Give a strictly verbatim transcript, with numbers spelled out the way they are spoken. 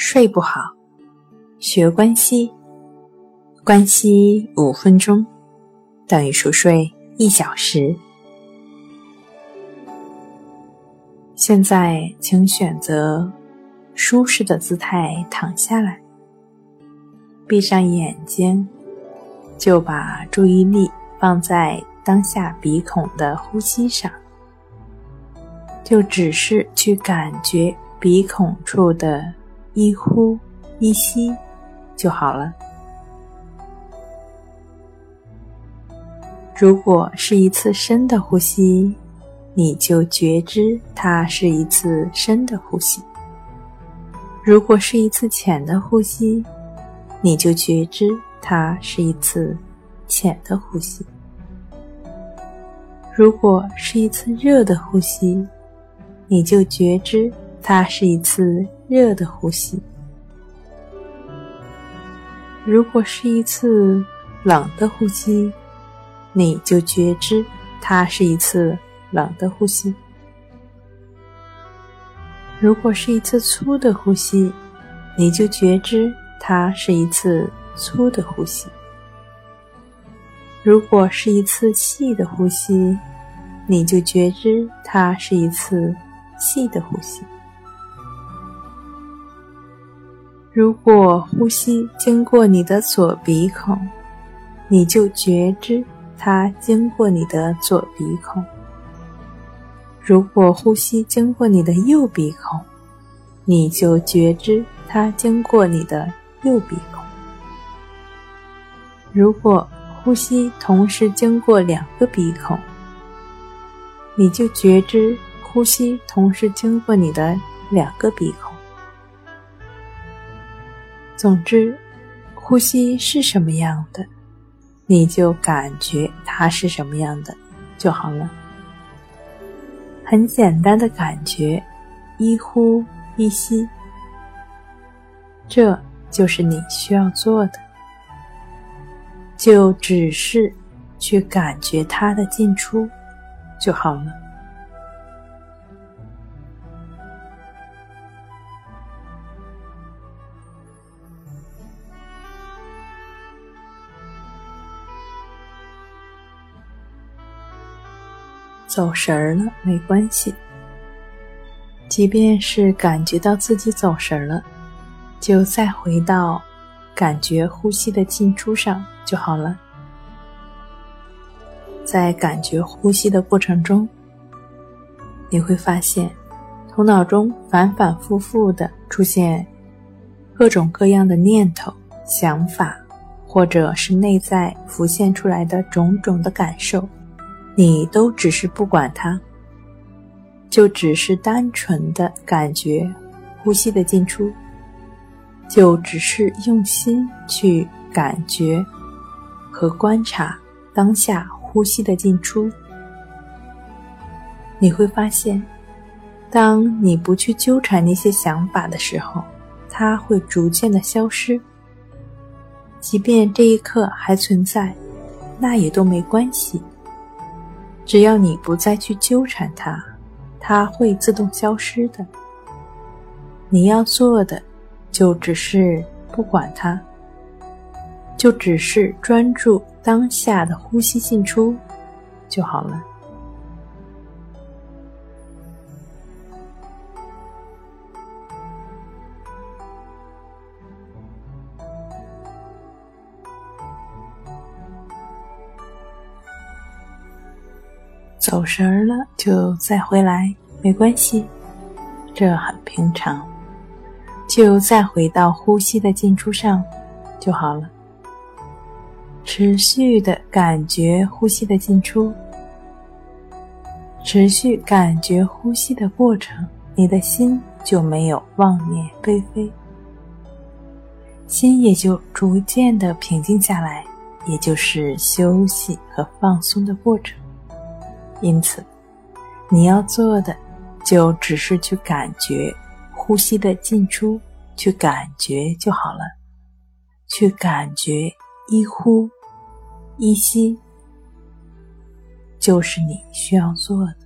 睡不好，学关息，关息五分钟等于熟睡一小时。现在请选择舒适的姿态躺下来，闭上眼睛，就把注意力放在当下鼻孔的呼吸上，就只是去感觉鼻孔处的一呼一吸就好了。如果是一次深的呼吸，你就觉知它是一次深的呼吸；如果是一次浅的呼吸，你就觉知它是一次浅的呼吸；如果是一次热的呼吸，你就觉知它是一次热的呼吸；如果是一次冷的呼吸，你就觉知它是一次冷的呼吸；如果是一次粗的呼吸，你就觉知它是一次粗的呼吸；如果是一次细的呼吸，你就觉知它是一次细的呼吸。如果呼吸经过你的左鼻孔，你就觉知它经过你的左鼻孔；如果呼吸经过你的右鼻孔，你就觉知它经过你的右鼻孔；如果呼吸同时经过两个鼻孔，你就觉知呼吸同时经过你的两个鼻孔。总之，呼吸是什么样的，你就感觉它是什么样的就好了。很简单的感觉，一呼一吸，这就是你需要做的，就只是去感觉它的进出就好了。走神儿了没关系，即便是感觉到自己走神了，就再回到感觉呼吸的进出上就好了。在感觉呼吸的过程中，你会发现头脑中反反复复地出现各种各样的念头、想法，或者是内在浮现出来的种种的感受，你都只是不管它，就只是单纯的感觉呼吸的进出，就只是用心去感觉和观察当下呼吸的进出。你会发现，当你不去纠缠那些想法的时候，它会逐渐的消失。即便这一刻还存在，那也都没关系，只要你不再去纠缠它，它会自动消失的。你要做的就只是不管它，就只是专注当下的呼吸进出就好了。走神儿了就再回来没关系，这很平常，就再回到呼吸的进出上就好了。持续的感觉呼吸的进出，持续感觉呼吸的过程，你的心就没有妄念飞飞，心也就逐渐的平静下来，也就是休息和放松的过程。因此，你要做的就只是去感觉呼吸的进出，去感觉就好了，去感觉一呼一吸，就是你需要做的。